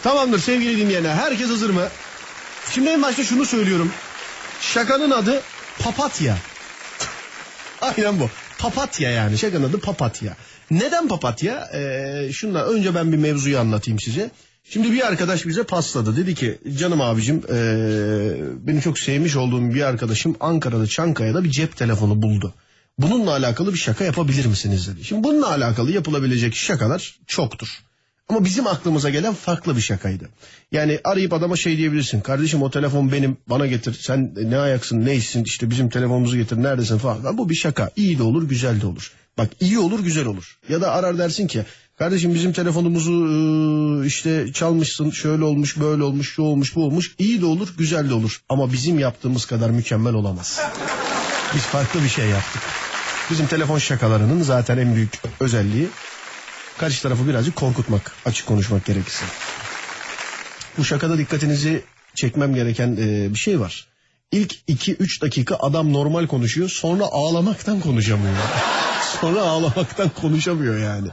Tamamdır sevgili dinleyenler. Herkes hazır mı? Şimdi en başta şunu söylüyorum. Şakanın adı papatya. Aynen bu. Papatya yani. Şakanın adı papatya. Neden papatya? Şundan önce ben bir mevzuyu anlatayım size. Şimdi bir arkadaş bize pasladı. Dedi ki canım abicim benim çok sevmiş olduğum bir arkadaşım Ankara'da Çankaya'da bir cep telefonu buldu. Bununla alakalı bir şaka yapabilir misiniz dedi. Şimdi bununla alakalı yapılabilecek şakalar çoktur. Ama bizim aklımıza gelen farklı bir şakaydı. Yani arayıp adama şey diyebilirsin. Kardeşim o telefon benim, bana getir. Sen ne ayaksın, ne işsin, işte bizim telefonumuzu getir, neredesin falan. Bu bir şaka. İyi de olur, güzel de olur. Bak iyi olur, güzel olur. Ya da arar dersin ki kardeşim bizim telefonumuzu işte çalmışsın, şöyle olmuş, böyle olmuş, şu olmuş, bu olmuş. İyi de olur, güzel de olur. Ama bizim yaptığımız kadar mükemmel olamaz. Biz farklı bir şey yaptık. Bizim telefon şakalarının zaten en büyük özelliği karşı tarafı birazcık korkutmak, açık konuşmak gerekirse. Bu şakada dikkatinizi çekmem gereken bir şey var. İlk 2-3 dakika adam normal konuşuyor, sonra ağlamaktan konuşamıyor. Sonra ağlamaktan konuşamıyor yani.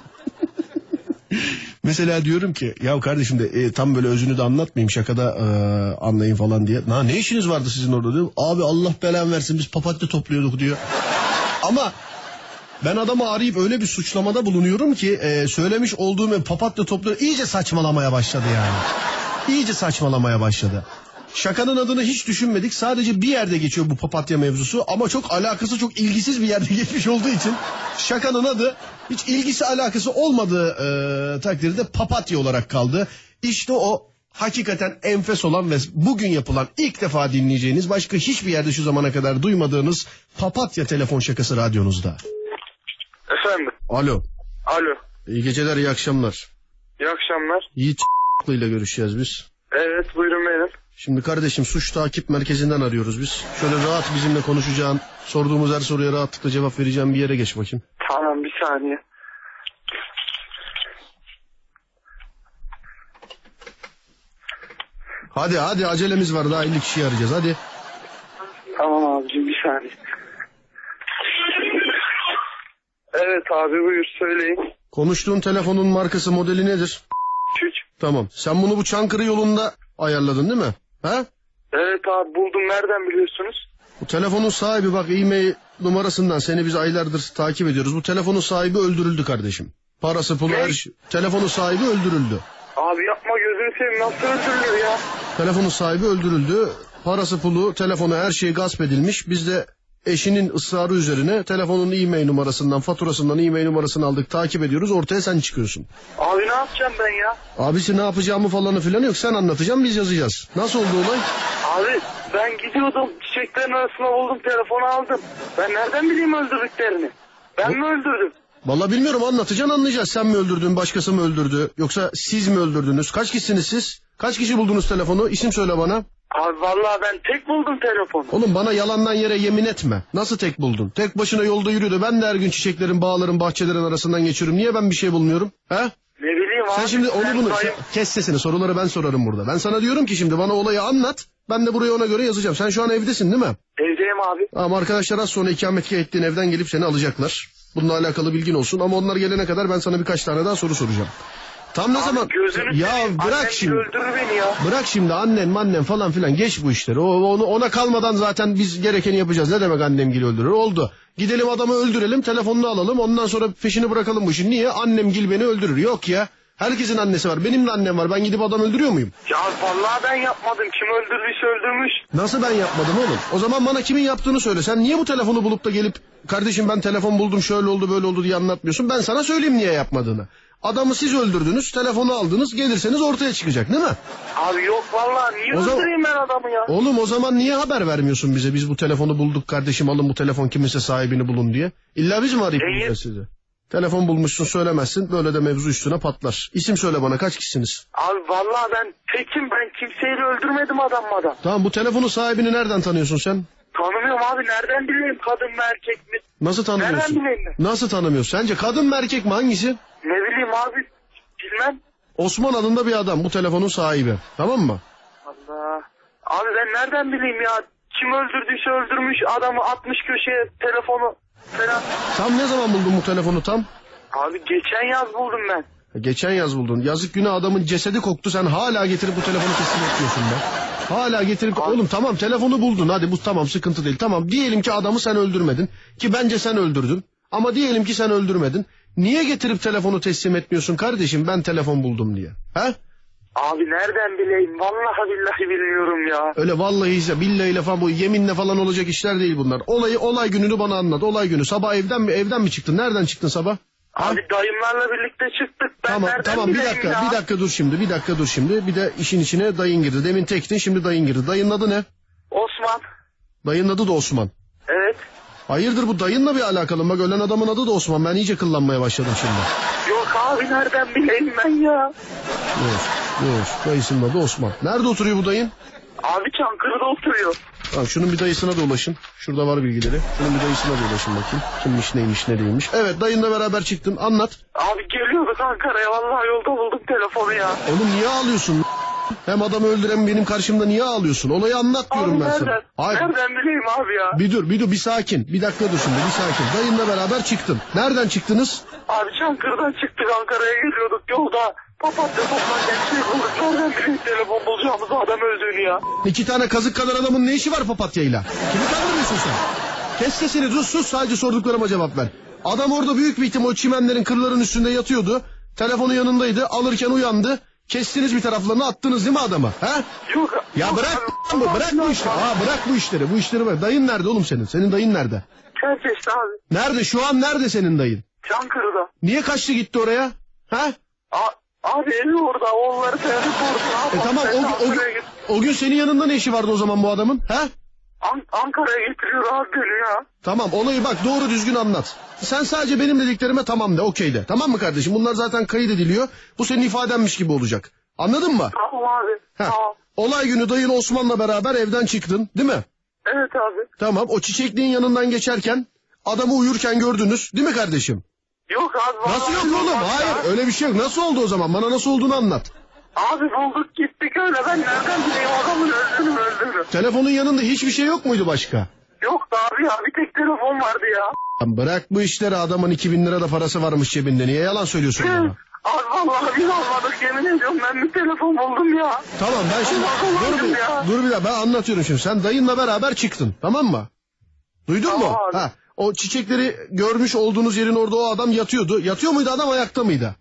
Mesela diyorum ki ya kardeşim de tam böyle özünü de anlatmayayım şakada anlayın falan diye. Ne işiniz vardı sizin orada diyor. Abi Allah belanı versin biz papatya topluyorduk diyor. Ama ben adamı arayıp öyle bir suçlamada bulunuyorum ki söylemiş olduğum papatya topluyor iyice saçmalamaya başladı yani. İyice saçmalamaya başladı. Şakanın adını hiç düşünmedik. Sadece bir yerde geçiyor bu papatya mevzusu. Ama çok alakası, çok ilgisiz bir yerde geçmiş olduğu için şakanın adı hiç ilgisi alakası olmadığı takdirde papatya olarak kaldı. İşte o hakikaten enfes olan ve bugün yapılan ilk defa dinleyeceğiniz, başka hiçbir yerde şu zamana kadar duymadığınız papatya telefon şakası radyonuzda. Efendim? Alo. Alo. İyi geceler, iyi akşamlar. İyi akşamlar. Yiğit ile görüşeceğiz biz. Evet, buyurun benim. Şimdi kardeşim suç takip merkezinden arıyoruz biz. Şöyle rahat bizimle konuşacağın, sorduğumuz her soruya rahatlıkla cevap vereceğim bir yere geç bakayım. Tamam, bir saniye. Hadi acelemiz var, daha 50 kişiyi arayacağız hadi. Tamam abicim, bir saniye. Evet abi, buyur söyleyin. Konuştuğun telefonun markası, modeli nedir? 3. Tamam, sen bunu bu Çankırı yolunda ayarladın değil mi? Ha? Evet abi, buldum, nereden biliyorsunuz? Bu telefonun sahibi, bak e-mail numarasından seni biz aylardır takip ediyoruz. Bu telefonun sahibi öldürüldü kardeşim. Parası pulu her şey. Telefonun sahibi öldürüldü. Abi yapma, gözünü seveyim, nasıl öldürülür ya? Telefonun sahibi öldürüldü. Parası pulu, telefonu, her şey gasp edilmiş. Biz de eşinin ısrarı üzerine telefonun e-mail numarasından, faturasından e-mail numarasını aldık, takip ediyoruz. Ortaya sen çıkıyorsun. Abi ne yapacağım ben ya? Abisi ne yapacağımı falanı filan yok. Sen anlatacaksın, biz yazacağız. Nasıl oldu olay? Abi ben gidiyordum, çiçeklerin arasına buldum, telefonu aldım. Ben nereden bileyim öldürdüklerini? Ben mi öldürdüm? Vallahi bilmiyorum, anlatacaksın, anlayacağız. Sen mi öldürdün, başkası mı öldürdü? Yoksa siz mi öldürdünüz? Kaç kişisiniz siz? Kaç kişi buldunuz telefonu? İsim söyle bana. Abi vallahi ben tek buldum telefonu. Oğlum bana yalandan yere yemin etme. Nasıl tek buldun? Tek başına yolda yürüyordu. Ben de her gün çiçeklerin, bağların, bahçelerin arasından geçiyorum. Niye ben bir şey bulmuyorum? He? Ne bileyim abi. Sen şimdi onu bunu... Sayın... Kes sesini, soruları ben sorarım burada. Ben sana diyorum ki şimdi bana olayı anlat. Ben de buraya ona göre yazacağım. Sen şu an evdesin değil mi? Evdeyim abi. Ama arkadaşlar az sonra ikametgah ettiğin evden gelip seni alacaklar. Bununla alakalı bilgin olsun. Ama onlar gelene kadar ben sana birkaç tane daha soru soracağım. Tam ne abi zaman? Ya bırak şimdi. Öldürür beni ya. Bırak şimdi annen falan filan, geç bu işleri. Ona kalmadan zaten biz gerekeni yapacağız. Ne demek annemgil öldürür? Oldu. Gidelim adamı öldürelim, telefonunu alalım. Ondan sonra peşini bırakalım bu işin. Niye? Annemgil beni öldürür. Yok ya. Herkesin annesi var. Benim de annem var. Ben gidip adam öldürüyor muyum? Ya vallahi ben yapmadım. Kim öldürdüyse öldürmüş. Nasıl ben yapmadım oğlum? O zaman bana kimin yaptığını söyle. Sen niye bu telefonu bulup da gelip kardeşim ben telefon buldum, şöyle oldu böyle oldu diye anlatmıyorsun? Ben sana söyleyeyim niye yapmadığını. Adamı siz öldürdünüz, telefonu aldınız, gelirseniz ortaya çıkacak değil mi? Abi yok vallahi, niye öldüreyim ben adamı ya? Oğlum o zaman niye haber vermiyorsun bize? Biz bu telefonu bulduk kardeşim, alın bu telefon, kiminse sahibini bulun diye. İlla biz mi arayıp bulacağız sizi? Telefon bulmuşsun, söylemezsin, böyle de mevzu üstüne patlar. İsim söyle bana, kaç kişisiniz? Abi vallahi ben tekim, ben kimseyi öldürmedim adammadan. Tamam, bu telefonun sahibini nereden tanıyorsun sen? Tanımıyorum abi, nereden bileyim kadın mı erkek mi? Nasıl tanımıyorsun? Nereden bileyim ben? Nasıl tanımıyorsun? Sence kadın mı erkek mi, hangisi? Ne bileyim abi, bilmem. Osman adında bir adam bu telefonun sahibi, tamam mı? Allah. Abi ben nereden bileyim ya? Kim öldürdüyse öldürmüş, adamı atmış köşeye, telefonu falan. Tam ne zaman buldun bu telefonu tam? Abi geçen yaz buldum ben. Geçen yaz buldun. Yazık günah, adamın cesedi koktu. Sen hala getirip bu telefonu teslim etmiyorsun be. Hala getirip... Oğlum tamam, telefonu buldun. Hadi bu tamam, sıkıntı değil. Tamam, diyelim ki adamı sen öldürmedin. Ki bence sen öldürdün. Ama diyelim ki sen öldürmedin. Niye getirip telefonu teslim etmiyorsun kardeşim, ben telefon buldum diye? He? Abi nereden bileyim? Vallahi billahi bilmiyorum ya. Öyle vallahi billahi falan, bu yeminle falan olacak işler değil bunlar. Olay gününü bana anlat. Olay günü. Sabah evden mi çıktın? Nereden çıktın sabah? Abi dayımlarla birlikte çıktık. Ben Tamam bir dakika dur şimdi. Bir de işin içine dayın girdi. Demin tektin, şimdi dayın girdi. Dayının adı ne? Osman. Dayının adı da Osman. Evet. Hayırdır, bu dayınla bir alakalı? Bak ölen adamın adı da Osman. Ben iyice kıllanmaya başladım şimdi. Yok abi nereden bileyim ben ya. Dur. Dayısının adı Osman. Nerede oturuyor bu dayın? Abi Çankırı'da oturuyor. Tamam, şunun bir dayısına da ulaşın. Şurada var bilgileri. Şunun bir dayısına da ulaşın bakayım. Kimmiş, neymiş, ne değilmiş. Evet, dayınla beraber çıktın. Anlat. Abi geliyorduk Ankara'ya. Vallahi yolda buldum telefonu ya. Oğlum niye ağlıyorsun? Hem adamı öldüren benim karşımda niye ağlıyorsun? Olayı anlat diyorum abi ben nereden? sana. Hayır. Nereden bileyim abi ya? Bir sakin. Bir dakika dur şimdi, bir sakin. Dayınla beraber çıktın. Nereden çıktınız? Abi Çankırı'dan çıktık, Ankara'ya geliyorduk. Yolda papatya toplarken bir şey bulduk. Nereden bileyim telefon bulacağımızı, adam öldüğünü ya. 2 tane kazık kadar adamın ne işi var papatyayla? Kimi kandırıyorsun sen? Kes sesini, sus, sadece sorduklarıma cevap ver. Adam orada büyük bir ihtimal o çimenlerin, kırların üstünde yatıyordu. Telefonu yanındaydı, alırken uyandı. Kestiniz bir taraflarını, attınız değil mi adamı? He? Yok. Ya bırak bu işleri. Bırak bu işleri. Bırak. Dayın nerede oğlum senin? Senin dayın nerede? Çerkeş'te abi. Nerede? Şu an nerede senin dayın? Çankırı'da. Niye kaçtı gitti oraya? He? Abi evi orada, oğulları falan orada. Tamam, o gün senin yanında ne işi vardı o zaman bu adamın? He? Ankara'ya getiriyor abi beni ya. Tamam, olayı bak doğru düzgün anlat. Sen sadece benim dediklerime tamam de, okey de. Tamam mı kardeşim? Bunlar zaten kaydediliyor. Bu senin ifadenmiş gibi olacak. Anladın mı? Tamam abi. Heh. Tamam. Olay günü dayın Osman'la beraber evden çıktın, değil mi? Evet abi. Tamam, o çiçekliğin yanından geçerken adamı uyurken gördünüz, değil mi kardeşim? Yok abi. Nasıl yok oğlum? Hayır, öyle bir şey yok. Nasıl oldu o zaman? Bana nasıl olduğunu anlat. Abi bulduk gittik öyle, ben nereden bileyim adamın öldüğünü. Telefonun yanında hiçbir şey yok muydu başka? Yoktu abi ya, bir tek telefon vardı ya. Bırak bu işleri, adamın 2000 lira da parası varmış cebinde. Niye yalan söylüyorsun bana? Abi vallahi biz almadık, yemin ediyorum ben bir telefon buldum ya. Tamam, ben şimdi dur bir dakika, ben anlatıyorum şimdi. Sen dayınla beraber çıktın, tamam mı? Duydun tamam mu? Abi. Ha, o çiçekleri görmüş olduğunuz yerin orada o adam yatıyordu. Yatıyor muydu adam, ayakta mıydı?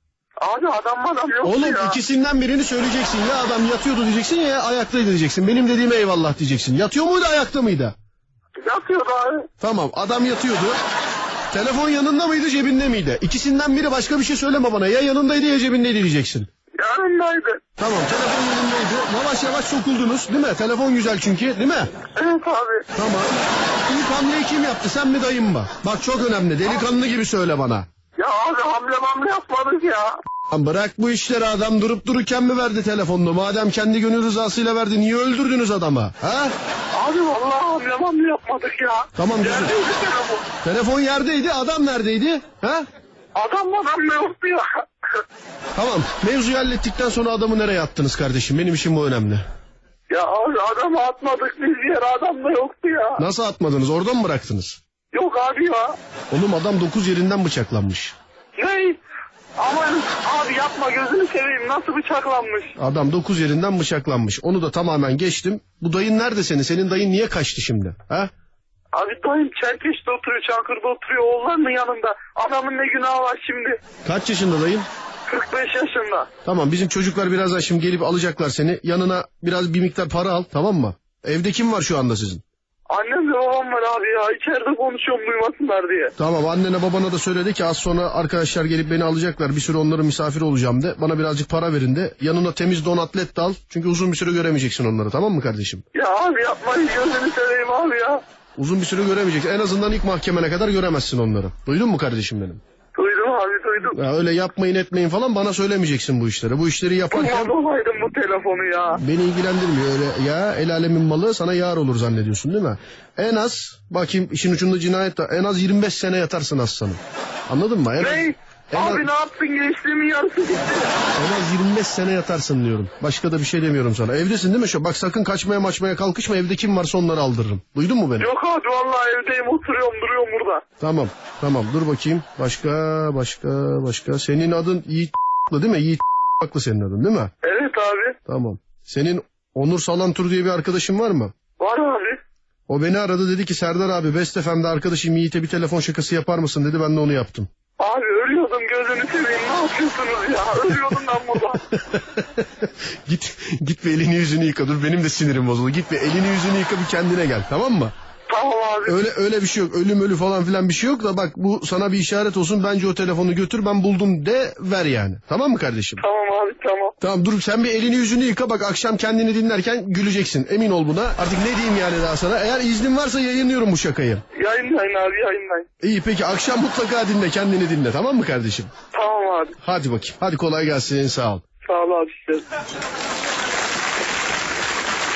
Abi adam yoktu oğlum, ya. Oğlum ikisinden birini söyleyeceksin. Ya adam yatıyordu diyeceksin ya ayaktaydı diyeceksin. Benim dediğime eyvallah diyeceksin. Yatıyor muydu, ayakta mıydı? Yatıyordu abi. Tamam, adam yatıyordu. Telefon yanında mıydı, cebinde miydi? İkisinden biri, başka bir şey söyleme bana. Ya yanındaydı ya cebindeydi diyeceksin. Yanındaydı. Tamam, telefon yanındaydı. Yavaş yavaş sokuldunuz değil mi? Telefon güzel çünkü, değil mi? Evet abi. Tamam. İlk hamleyi kim yaptı, sen mi dayın mı? Bak çok önemli, delikanlı gibi söyle bana. Ya abi hamle yapmadık ya. Bırak bu işleri, adam durup dururken mi verdi telefonunu? Madem kendi gönül rızasıyla verdi, niye öldürdünüz adamı? Ha? Abi vallahi hamle yapmadık ya. Tamam. Yerdeydi telefon. Telefon yerdeydi, adam neredeydi? Ha? Adam yoktu ya. Tamam, mevzuyu hallettikten sonra adamı nereye attınız kardeşim? Benim için bu önemli. Ya abi adamı atmadık biz yere, adam da yoktu ya. Nasıl atmadınız, oradan mı bıraktınız? Yok abi ya. Oğlum adam 9 yerinden bıçaklanmış. Ne? Aman abi yapma, gözünü seveyim, nasıl bıçaklanmış? Adam 9 yerinden bıçaklanmış. Onu da tamamen geçtim. Bu dayın nerede senin? Senin dayın niye kaçtı şimdi? Ha? Abi dayım Çerkeş'te oturuyor, Çankırı'da oturuyor, oğullarının yanında. Adamın ne günahı var şimdi? Kaç yaşında dayın? 45 yaşında. Tamam, bizim çocuklar birazdan şimdi gelip alacaklar seni. Yanına bir miktar para al, tamam mı? Evde kim var şu anda sizin? Annem ve babam var abi ya, içeride konuşuyorum duymasınlar diye. Tamam, annene babana da söyledi ki az sonra arkadaşlar gelip beni alacaklar. Bir süre onların misafiri olacağım de. Bana birazcık para verin de. Yanına temiz don atlet de al. Çünkü uzun bir süre göremeyeceksin onları, tamam mı kardeşim? Ya abi yapmayın, gözünü seveyim abi ya. Uzun bir süre göremeyeceksin. En azından ilk mahkemene kadar göremezsin onları. Duydun mu kardeşim benim? Duydum abi, duydum. Ya öyle yapmayın etmeyin falan bana söylemeyeceksin bu işleri. Bu işleri yaparken... Kullandı olaydım bu telefonu ya. Beni ilgilendirmiyor öyle ya, el alemin malı sana yar olur zannediyorsun değil mi? En az bakayım, işin ucunda cinayet var, en az 25 sene yatarsın aslanım. Anladın mı? Abi ne yaptın, gençliğimin yarısı gitti. En az 25 sene yatarsın diyorum. Başka da bir şey demiyorum sana. Evdesin değil mi şu? Bak sakın kaçmaya kalkışma, evde kim varsa onları aldırırım. Duydun mu beni? Yok abi vallahi evdeyim, oturuyorum duruyorum burada. Tamam dur bakayım. Başka. Senin adın Yiğit değil mi? Yiğit haklı senin adın değil mi? Evet abi. Tamam. Senin Onur Salantur diye bir arkadaşın var mı? Var abi. O beni aradı, dedi ki Serdar abi Best FM'de arkadaşım Yiğit'e bir telefon şakası yapar mısın dedi, ben de onu yaptım. Abi ölüyordum, gözünü seveyim, ne yapıyorsunuz ya? Ölüyordum ben burada. Git bir elini yüzünü yıka, dur benim de sinirim bozuldu. Git bir elini yüzünü yıka, bir kendine gel, tamam mı? Tamam abi. Öyle bir şey yok, ölü falan filan bir şey yok da bak, bu sana bir işaret olsun, bence o telefonu götür, ben buldum de ver yani, tamam mı kardeşim? Tamam abi, tamam. Tamam, dur sen bir elini yüzünü yıka, bak akşam kendini dinlerken güleceksin, emin ol buna. Artık ne diyeyim yani daha sana, eğer iznin varsa yayınlıyorum bu şakayı. Yayınlayın abi, yayınlayın. İyi peki, akşam mutlaka dinle, kendini dinle, tamam mı kardeşim? Tamam abi. Hadi bakayım, hadi kolay gelsin, sağ ol. Sağ ol abi size.